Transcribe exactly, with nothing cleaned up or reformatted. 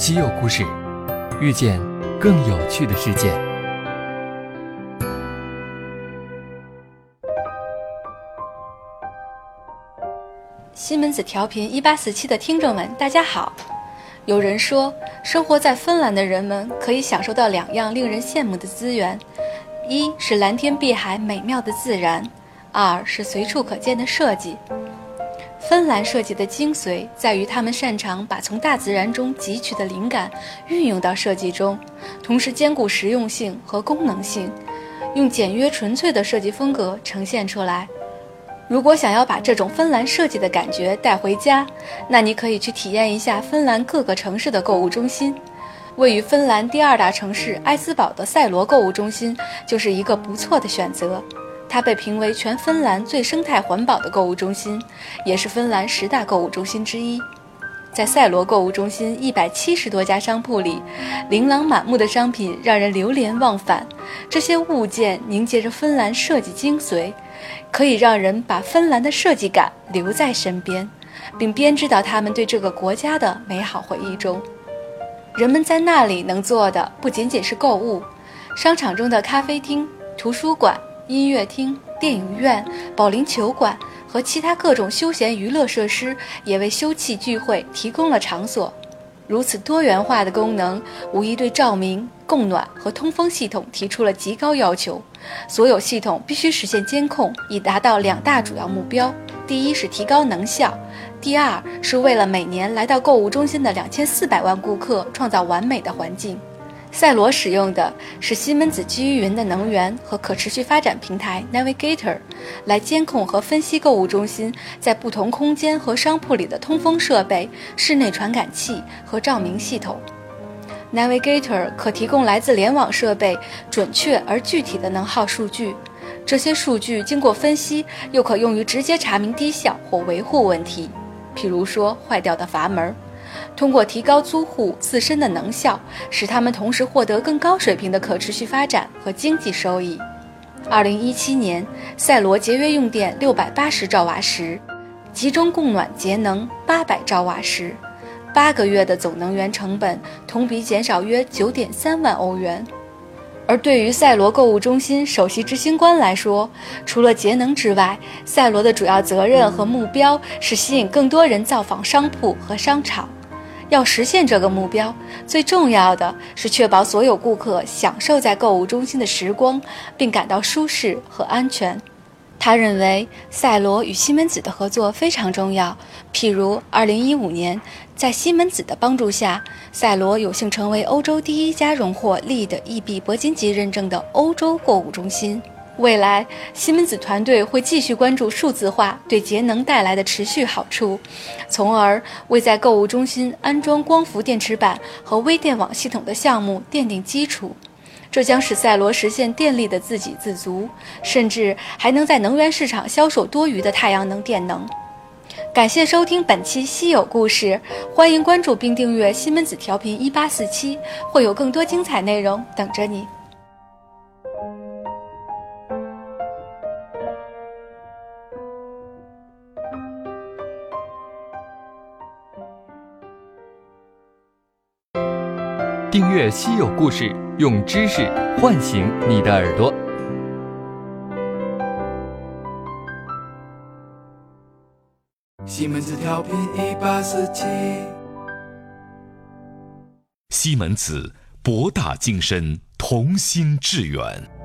稀有故事，遇见更有趣的世界。 西门子调频一八四七的听众们，大家好。有人说，生活在芬兰的人们可以享受到两样令人羡慕的资源，一是蓝天碧海美妙的自然，二是随处可见的设计。芬兰设计的精髓在于他们擅长把从大自然中汲取的灵感运用到设计中，同时兼顾实用性和功能性，用简约纯粹的设计风格呈现出来。如果想要把这种芬兰设计的感觉带回家，那你可以去体验一下芬兰各个城市的购物中心。位于芬兰第二大城市埃斯堡的赛罗购物中心就是一个不错的选择。它被评为全芬兰最生态环保的购物中心，也是芬兰十大购物中心之一。在赛罗购物中心一百七十多家商铺里，琳琅满目的商品让人流连忘返。这些物件凝结着芬兰设计精髓，可以让人把芬兰的设计感留在身边，并编织到他们对这个国家的美好回忆中。人们在那里能做的不仅仅是购物，商场中的咖啡厅、图书馆、音乐厅、电影院、保龄球馆和其他各种休闲娱乐设施也为休憩聚会提供了场所。如此多元化的功能无疑对照明、供暖和通风系统提出了极高要求。所有系统必须实现监控，以达到两大主要目标：第一是提高能效，第二是为了每年来到购物中心的两千四百万顾客创造完美的环境。赛罗使用的是西门子基于云的能源和可持续发展平台 Navigator 来监控和分析购物中心在不同空间和商铺里的通风设备、室内传感器和照明系统。Navigator 可提供来自联网设备准确而具体的能耗数据，这些数据经过分析又可用于直接查明低效或维护问题，譬如说坏掉的阀门。通过提高租户自身的能效，使他们同时获得更高水平的可持续发展和经济收益。二零一七年，赛罗节约用电六百八十兆瓦时，集中供暖节能八百兆瓦时，八个月的总能源成本同比减少约九点三万欧元。而对于赛罗购物中心首席执行官来说，除了节能之外，赛罗的主要责任和目标是吸引更多人造访商铺和商场。要实现这个目标，最重要的是确保所有顾客享受在购物中心的时光，并感到舒适和安全。他认为赛罗与西门子的合作非常重要，譬如二零一五年，在西门子的帮助下，赛罗有幸成为欧洲第一家荣获 L E E D E B 铂金级认证的欧洲购物中心。未来，西门子团队会继续关注数字化对节能带来的持续好处，从而为在购物中心安装光伏电池板和微电网系统的项目奠定基础。这将使赛罗实现电力的自给自足，甚至还能在能源市场销售多余的太阳能电能。感谢收听本期稀有故事，欢迎关注并订阅西门子调频一八四七，会有更多精彩内容等着你。 订阅稀有故事，用知识唤醒你的耳朵。 西门子调频一八四七， 西门子博大精深，同心致远。